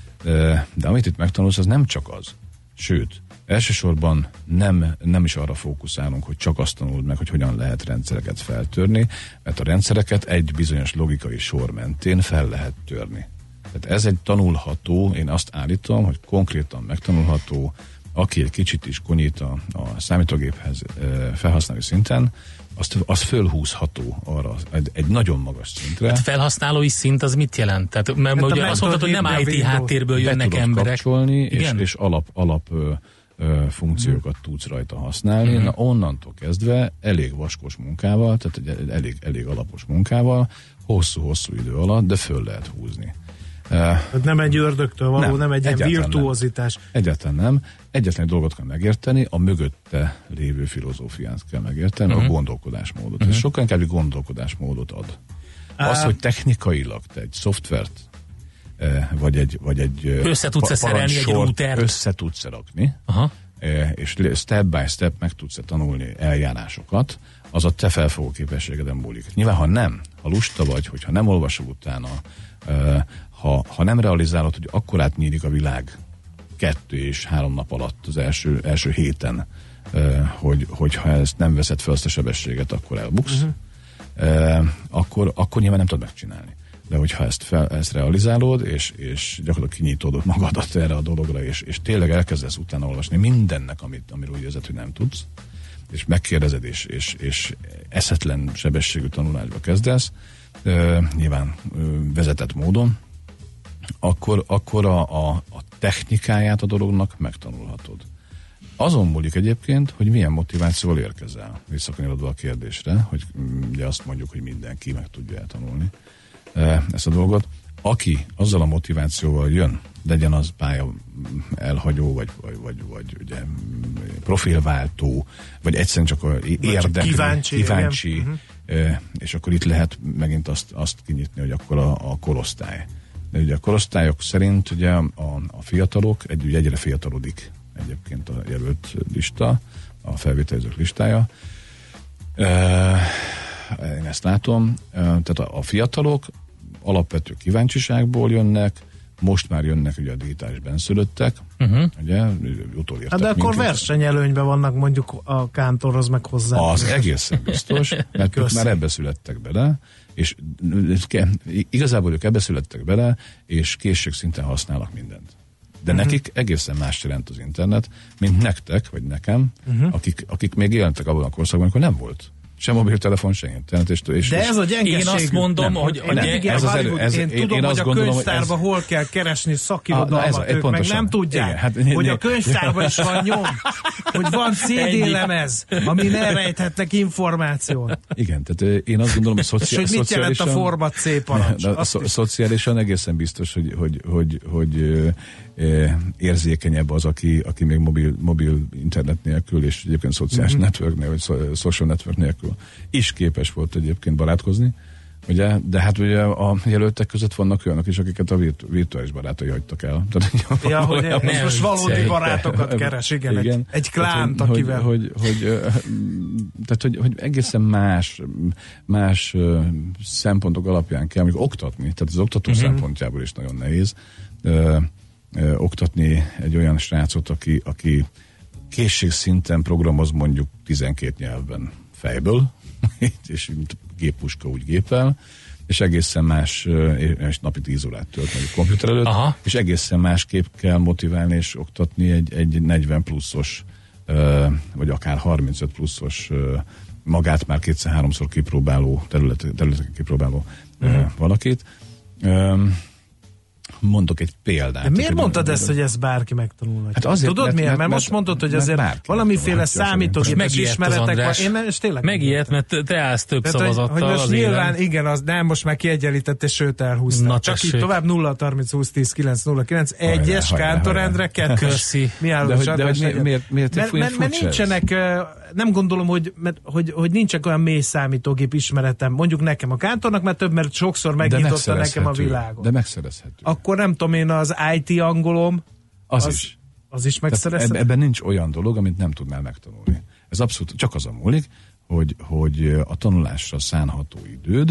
de amit itt megtanulsz, az nem csak az. Sőt, elsősorban nem is arra fókuszálunk, hogy csak azt tanuld meg, hogy hogyan lehet rendszereket feltörni, mert a rendszereket egy bizonyos logikai sor mentén fel lehet törni. Tehát ez egy tanulható, én azt állítom, hogy konkrétan megtanulható, aki egy kicsit is konyít a számítógéphez felhasználó szinten, az fölhúzható arra egy nagyon magas szintre. Hát felhasználói szint az mit jelent? Tehát, mert hát ugye azt mondtad, hogy nem IT háttérből jönnek emberek. Kapcsolni, és alap funkciókat tudsz rajta használni. Na, onnantól kezdve elég vaskos munkával, tehát elég alapos munkával, hosszú idő alatt, de föl lehet húzni. Tehát nem egy ördögtől való, nem egy ilyen virtuózitás. Egyáltalán nem. Egyetlen dolgot kell megérteni, a mögötte lévő filozófiát kell megérteni, a gondolkodásmódot. Ez sokkal inkább egy gondolkodásmódot ad. Az, hogy technikailag te egy szoftvert vagy egy össze tudsz szerelni egy routert, össze tudsz rakni, és step by step meg tudsz tanulni eljárásokat, az a te felfogó képességeden múlik. Nyilván, ha lusta vagy, hogyha nem olvasol utána, ha nem realizálod, hogy akkor átnyílik a világ 2 és 3 nap alatt az első héten, hogyha ezt nem veszed fel azt a sebességet, akkor elbuksz, akkor nyilván nem tudod megcsinálni. De hogyha ezt realizálod, és gyakorlatilag kinyitod magadat erre a dologra, és tényleg elkezdesz utána olvasni mindennek, amiről úgy érzed, hogy nem tudsz, és megkérdezed, és eszetlen sebességű tanulásba kezdesz, nyilván vezetett módon, akkor a technikáját a dolognak megtanulhatod. Azon múlik egyébként, hogy milyen motivációval érkezel. Visszakanyarodva a kérdésre, hogy ugye azt mondjuk, hogy mindenki meg tudja eltanulni ezt a dolgot. aki azzal a motivációval jön, legyen az pálya elhagyó, vagy ugye profilváltó, vagy egyszerűen csak érdeklő, kíváncsi és akkor itt lehet megint azt kinyitni, hogy akkor a korosztály. De ugye a korosztályok szerint ugye a fiatalok egyre fiatalodik egyébként a jelölt lista, a felvételizők listája. Én ezt látom. Tehát a fiatalok alapvető kíváncsiságból jönnek, most már jönnek ugye a digitális benszülöttek, ugye, utolértek de akkor minket. Versenyelőnyben vannak mondjuk a kántorhoz meg hozzá. Az egészen biztos, mert ők már ebbe születtek bele, és igazából ők ebbe születtek bele, és készségszinten használnak mindent. De nekik egészen más jelent az internet, mint nektek, vagy nekem, akik még éltek abban a korszakban, amikor nem volt sem mobiltelefon, sem internet. De ez a gyengeségük. Én azt mondom, hogy én tudom, hogy a könyvtárban hol kell keresni szakirodalmat, ők meg nem tudják, hogy a könyvtárban is van nyom, hogy van CD-lemez, amin elrejthetnek információt. Igen, tehát én azt gondolom, hogy és hogy mit jelent a format C parancs? Szociálisan egészen biztos, hogy érzékenyebb az, aki még mobil internet nélkül, és egyébként szociális network nélkül, vagy social network nélkül is képes volt egyébként barátkozni, ugye? De hát ugye a jelöltek között vannak olyanok is, akiket a virtuális barátai hagytak el. Tehát, hogy most valódi barátokat keres, igen. Egy klánt, akivel. Tehát, hogy egészen más szempontok alapján kell mondjuk oktatni, tehát az oktató szempontjából is nagyon nehéz oktatni egy olyan srácot, aki készségszinten programoz mondjuk 12 nyelvben fejből, és mint géppuska úgy gépel, és egészen más, és napi 10 órát tölt mondjuk komputer előtt, és egészen másképp kell motiválni és oktatni egy 40 pluszos, vagy akár 35 pluszos, magát már 2-3-szor kipróbáló, területeken kipróbáló valakit. Mondok egy példát. De miért mondtad ezt, hogy ezt bárki megtanulhatja? Hát azért, tudod miért? Mert most mondod, hogy azért valamiféle számítógépes ismeretek van. Megijedt, mert te állsz több szavazattal. Hogy most nyilván, igen, az nem, most már kiegyenlített, és sőt elhúztál. Csak így tovább 0-30-20-10-9-09, 1-es Kántor-Endre, 2-es. Mert nincsenek, nem gondolom, hogy nincsenek olyan mély számítógép ismeretem. Mondjuk nekem a Kántornak, mert több, mert sokszor megnyitotta nekem a világot. De megszerezhető. Akkor nem tudom én, az IT angolom az is megszerezhető. Ebben nincs olyan dolog, amit nem tudnál megtanulni. Ez abszolút csak azon múlik, hogy a tanulásra szánható időd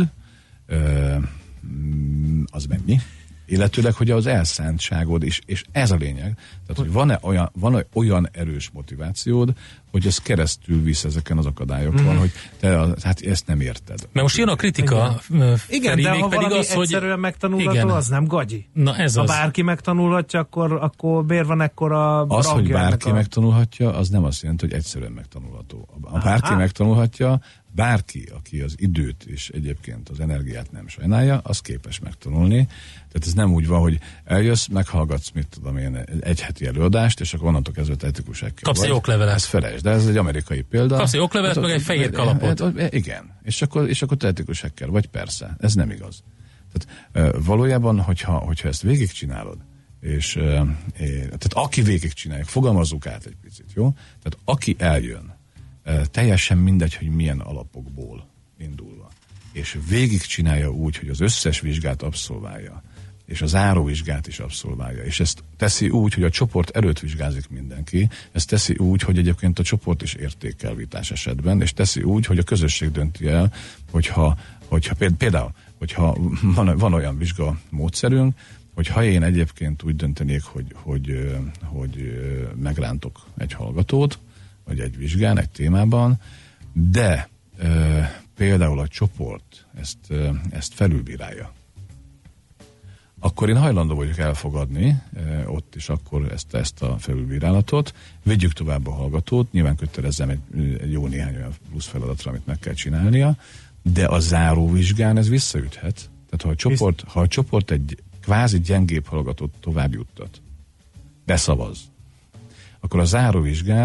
az mennyi, illetőleg, hogy az elszántságod is, és ez a lényeg, tehát, hogy van olyan erős motivációd, hogy ez keresztül visz ezeken az akadályokon, hogy te hát ezt nem érted. Mert most jön a kritika. Igen, de ha valami az, egyszerűen megtanulható, az nem gagyi. Na, ez ha bárki megtanulhatja, akkor miért van ekkora az, hogy bárki megtanulhatja, az nem azt jelenti, hogy egyszerűen megtanulható. Ha bárki megtanulhatja, bárki, aki az időt és egyébként az energiát nem sajnálja, az képes megtanulni. Tehát ez nem úgy van, hogy eljössz, meghallgatsz, mit tudom én, egy heti előadást, és akkor onnantól kezdve etikusekkel. Kapsz egy oklevelet. Ez felejtsd, de ez egy amerikai példa. Kapsz egy oklevelet, meg egy fehér kalapot. Igen, és akkor te etikusekkel vagy, persze, ez nem igaz. Tehát valójában, hogyha ezt végigcsinálod, és tehát aki végigcsinálja, fogalmazzuk át egy picit, jó? Tehát aki eljön, teljesen mindegy, hogy milyen alapokból indulva, és végigcsinálja úgy, hogy az összes vizsgát abszolválja, és a záróvizsgát is abszolválja, és ezt teszi úgy, hogy a csoport előtt vizsgázik mindenki, ezt teszi úgy, hogy egyébként a csoport is értékel vitás esetben, és teszi úgy, hogy a közösség dönti el, hogyha például, hogyha van olyan vizsga módszerünk, hogy ha én egyébként úgy döntenék, hogy megrántok egy hallgatót, vagy egy vizsgán, egy témában, de például a csoport ezt felülbírálja, akkor én hajlandó vagyok elfogadni ott is akkor ezt a felülbírálatot, vigyük tovább a hallgatót, nyilván kötelezzem egy jó néhány olyan plusz feladatra, amit meg kell csinálnia, de a záróvizsgán ez visszaüthet. Tehát ha a csoport egy kvázi gyengébb hallgatót tovább juttat, beszavaz, akkor a záróvizsgán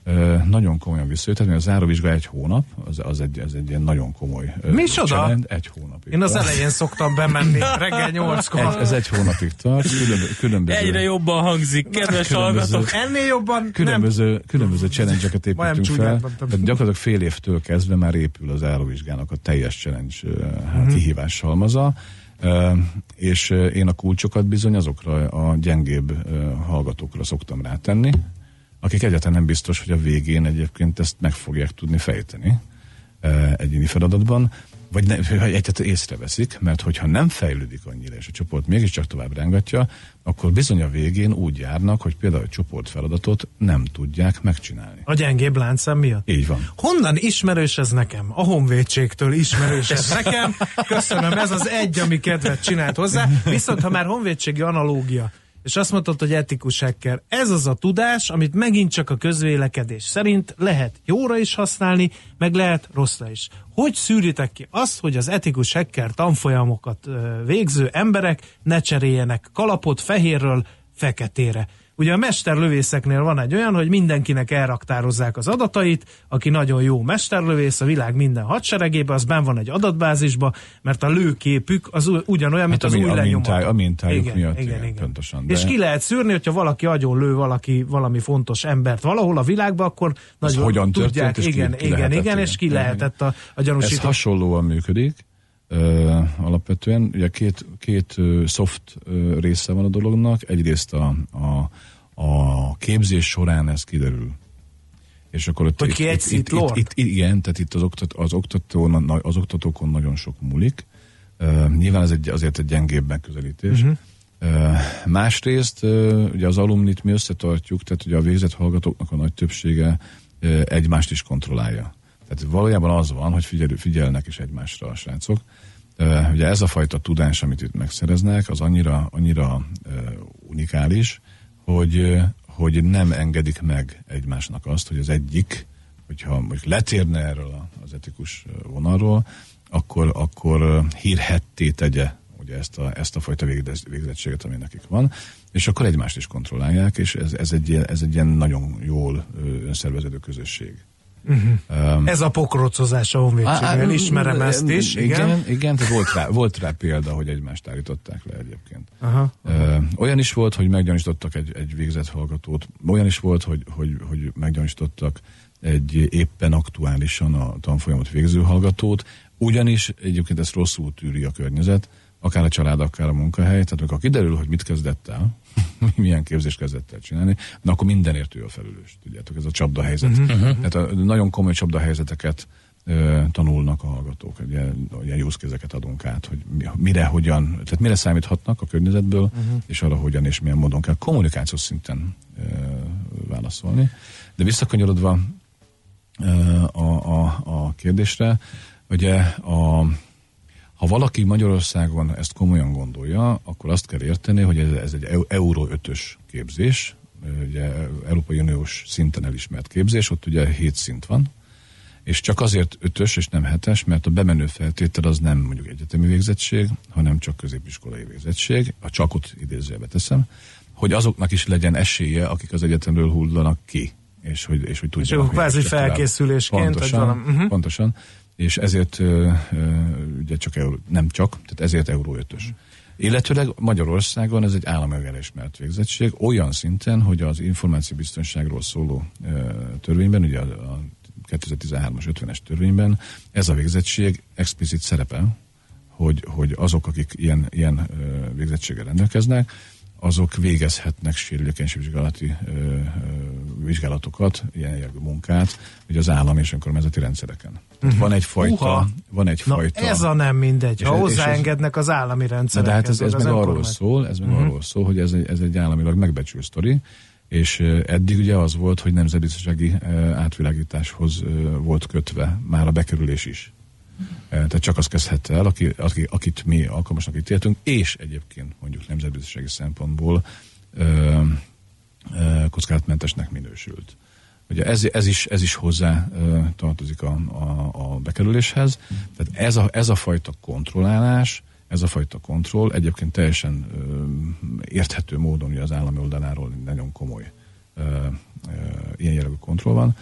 nagyon komolyan visszajött, tehát a záróvizsga 1 hónap, az egy ilyen nagyon komoly challenge. 1 hónapig. Én az elején szoktam bemenni, reggel 8-kor. Ez 1 hónapig tart, különböző... Egyre jobban hangzik, kedves hallgatók. Ennél jobban különböző challenge-eket építünk fel. Tehát gyakorlatilag fél évtől kezdve már épül az záróvizsgának a teljes challenge kihívás halmaza, és én a kulcsokat bizony azokra a gyengébb hallgatókra szoktam rátenni, akik egyáltalán nem biztos, hogy a végén egyébként ezt meg fogják tudni fejteni egyéni feladatban, vagy egyáltalán észreveszik, mert hogyha nem fejlődik annyira, és a csoport mégiscsak tovább rángatja, akkor bizony a végén úgy járnak, hogy például a csoportfeladatot nem tudják megcsinálni. A gyengébb láncszem miatt? Így van. Honnan ismerős ez nekem? A honvédségtől ismerős ez nekem. Köszönöm, ez az egy, ami kedvet csinált hozzá. Viszont ha már honvédségi analógia, és azt mondtad, hogy etikus hacker. Ez az a tudás, amit megint csak a közvélekedés szerint lehet jóra is használni, meg lehet rosszra is. Hogy szűritek ki azt, hogy az etikus hacker tanfolyamokat végző emberek ne cseréljenek kalapot fehérről feketére? Ugye a mesterlövészeknél van egy olyan, hogy mindenkinek elraktározzák az adatait, aki nagyon jó mesterlövész a világ minden hadseregében, az benn van egy adatbázisba, mert a lőképük az ugyanolyan, mint az új lenyomat. A mintájuk miatt, igen. Pontosan. És ki lehet szűrni, hogyha valaki agyon lő valami fontos embert valahol a világban, akkor nagyon hogyan tudják, történt, és ki lehetett a gyanúsító. Ez hasonlóan működik. Alapvetően ugye két soft része van a dolognak. Egyrészt a képzés során ez kiderül. És akkor hogy ki egy szitlord? Igen, tehát itt az oktatókon nagyon sok múlik. Nyilván ez azért egy gyengébb megközelítés. Másrészt ugye az alumnit mi összetartjuk, tehát ugye a végzett hallgatóknak a nagy többsége egymást is kontrollálja. Tehát valójában az van, hogy figyelnek is egymásra a srácok. Ugye ez a fajta tudás, amit itt megszereznek, az annyira unikális, hogy nem engedik meg egymásnak azt, hogy az egyik, hogyha mondjuk letérne erről az etikus vonalról, akkor hírhetté tegye ugye ezt a fajta végzettséget, ami nekik van, és akkor egymást is kontrollálják, és ez egy ilyen nagyon jól önszerveződő közösség. Ez a pokrocozás a honvédségnél, ismerem ezt is. Igen, volt rá példa, hogy egymást állították le egyébként. Olyan is volt, hogy meggyanúsítottak egy végzett hallgatót, olyan is volt, hogy meggyanúsítottak egy éppen aktuálisan a tanfolyamot végző hallgatót, ugyanis egyébként ezt rosszul tűri a környezet, akár a család, akár a munkahely, tehát amikor kiderül, hogy mit kezdett el, milyen képzést kezdett el csinálni, de akkor mindenért ő a felelős. Tudjátok, ez a csapdahelyzet. Tehát nagyon komoly csapdahelyzeteket tanulnak a hallgatók. Ugye use case-eket adunk át, hogy mire számíthatnak a környezetből, és arra hogyan és milyen módon kell kommunikációs szinten válaszolni. De visszakanyarodva a kérdésre, ugye ha valaki Magyarországon ezt komolyan gondolja, akkor azt kell érteni, hogy ez egy Euró 5-ös képzés, ugye Európai Uniós szinten elismert képzés, ott ugye 7 szint van, és csak azért 5-ös és nem 7-es, mert a bemenő feltétel az nem mondjuk egyetemi végzettség, hanem csak középiskolai végzettség, a csakot idézőjelbe teszem, hogy azoknak is legyen esélye, akik az egyetemről hullanak ki, és hogy tudjanak. És akkor kvázi felkészülésként. Pontosan. És ezért ugye tehát ezért Euró 5-ös. Illetőleg Magyarországon ez egy államilag elismert végzettség, olyan szinten, hogy az információbiztonságról szóló törvényben, ugye a 2013-as 50-es törvényben ez a végzettség explicit szerepel, hogy azok, akik ilyen végzettséggel rendelkeznek, azok végezhetnek sérülékenységvizsgálati vizsgálatokat, ilyen jellegű munkát, ugye az állami és önkormányzati rendszereken. Van egyfajta... Ez a nem mindegy, ha hozzáengednek az állami rendszerekhez. De hát ez meg arról szól, hogy ez egy államilag megbecsült sztori, és eddig ugye az volt, hogy nemzetbiztonsági átvilágításhoz volt kötve már a bekerülés is. Tehát csak az kezdhette el, akit mi alkalmasnak ítéltünk, és egyébként mondjuk nemzetbiztonsági szempontból kockázatmentesnek minősült. Ugye ez is hozzá tartozik a bekerüléshez. Tehát ez a fajta kontrollálás, ez a fajta kontroll egyébként teljesen érthető módon ugye az állami oldaláról nagyon komoly ilyen jellegű kontroll van,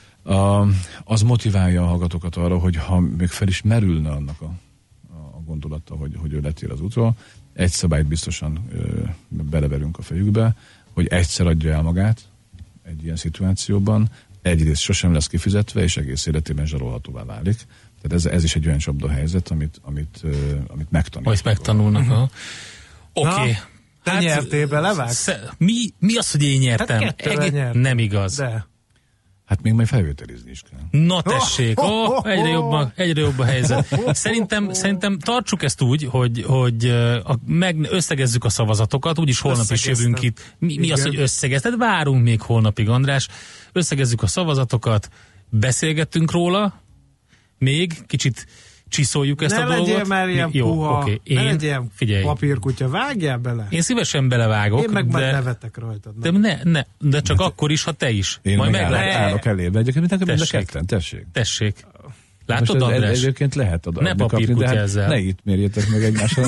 az motiválja a hallgatókat arra, hogy ha még fel is merülne annak a gondolata, hogy ő letér az útról, egy szabályt biztosan beleverünk a fejükbe, hogy egyszer adja el magát egy ilyen szituációban, egyrészt sosem lesz kifizetve, és egész életében zsarolhatóvá válik. Tehát ez is egy olyan csapdahelyzet, amit megtanulnak. Majd megtanulnak. Oké. Te nyertél bele, Vág? Mi az, hogy én nyertem? Hát nem igaz. De. Hát még majd felvételizni is kell. Na tessék, egyre jobb a helyzet. Szerintem tartsuk ezt úgy, hogy összegezzük a szavazatokat, úgyis holnap is jövünk itt. Mi az, hogy összegezted? Várunk még holnapig, András. Összegezzük a szavazatokat, beszélgettünk róla, még kicsit csiszoljuk ezt a dolgot. Ne legyél már ilyen puha, ne legyél figyelj. Papírkutya, vágjál bele. Én szívesen belevágok. Én meg majd nevetek rajtad. De csak akkor is, ha te is. Én majd állok elébe. Egyébként mind a ketten, tessék. Látod, András? Egyébként lehet adni. Ne papírkutyázzál. Ne itt mérjétek meg egymással.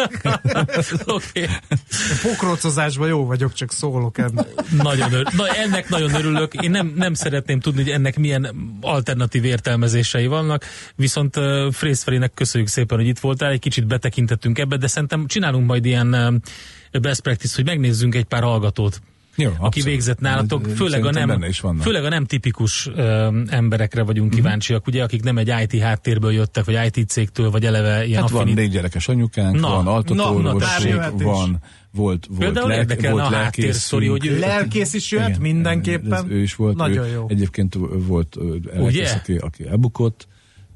Oké. Pokrócozásban jó vagyok, csak szólok ennek. Ennek nagyon örülök. Én nem szeretném tudni, hogy ennek milyen alternatív értelmezései vannak, viszont Frész Ferének köszönjük szépen, hogy itt voltál, egy kicsit betekintettünk ebbe, de szerintem csinálunk majd ilyen best practice, hogy megnézzünk egy pár hallgatót. Jó, aki abszolút. végzett nálatok, főleg a nem tipikus emberekre vagyunk kíváncsiak, ugye, akik nem egy IT háttérből jöttek, vagy IT cégtől, vagy eleve ilyen van 4 gyerekes anyukánk, van altatóorvos, volt háttérsztori, hogy lelkész is jöhet mindenképpen. Ő is volt. Nagyon jó. Egyébként volt lelkész, aki elbukott.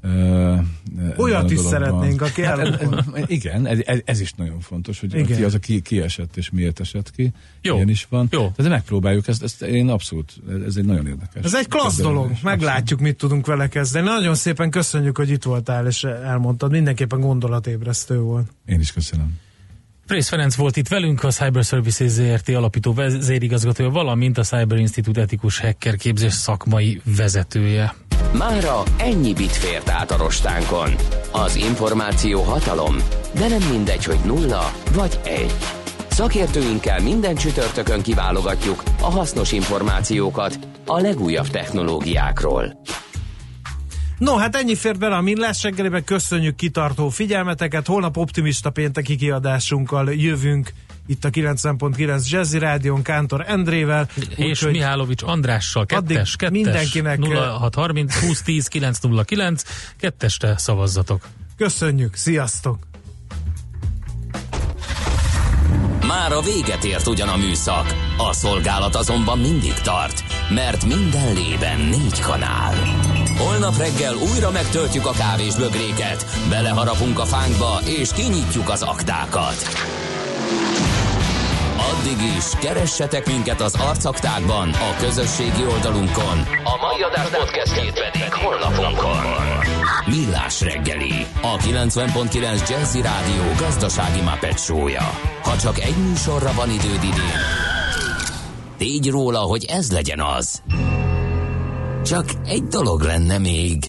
Olyat is szeretnénk, aki elbukott. Igen, ez is nagyon fontos, hogy ki az, aki kiesett és miért esett ki. Jó. Ilyen is van. Jó. Tehát megpróbáljuk, ezt én abszolút, ez egy nagyon érdekes. Ez egy klassz dolog, meglátjuk, mit tudunk vele kezdeni. Nagyon szépen köszönjük, hogy itt voltál és elmondtad, mindenképpen gondolatébresztő volt. Én is köszönöm. Frész Ferenc volt itt velünk, a Cyber Services ZRT alapító vezérigazgatója, valamint a Cyber Institute etikus hacker képzés szakmai vezetője. Mára ennyi bit fért át a rostánkon. Az információ hatalom, de nem mindegy, hogy 0 vagy 1. Szakértőinkkel minden csütörtökön kiválogatjuk a hasznos információkat a legújabb technológiákról. No, hát ennyi fért bele a Millás reggelibe, köszönjük kitartó figyelmeteket, holnap optimista pénteki kiadásunkkal jövünk itt a 90.9 Jazzy Rádión Kántor Endrével. És Mihálovics Andrással, kettes, mindenkinek 0630 2010 909, ketteste szavazzatok. Köszönjük, sziasztok! Már a véget ért ugyan a műszak, a szolgálat azonban mindig tart, mert minden lében 4 kanál. Holnap reggel újra megtöltjük a kávésbögréket, beleharapunk a fánkba és kinyitjuk az aktákat. Addig is keressetek minket az arcaktákban, a közösségi oldalunkon, a mai adás podcastjét pedig honlapunkon. Millás reggeli, a 90.9 Jazzy Rádió gazdasági Muppet show-ja. Ha csak egy műsorra van időd idén, tégy róla, hogy ez legyen az. Csak egy dolog lenne még.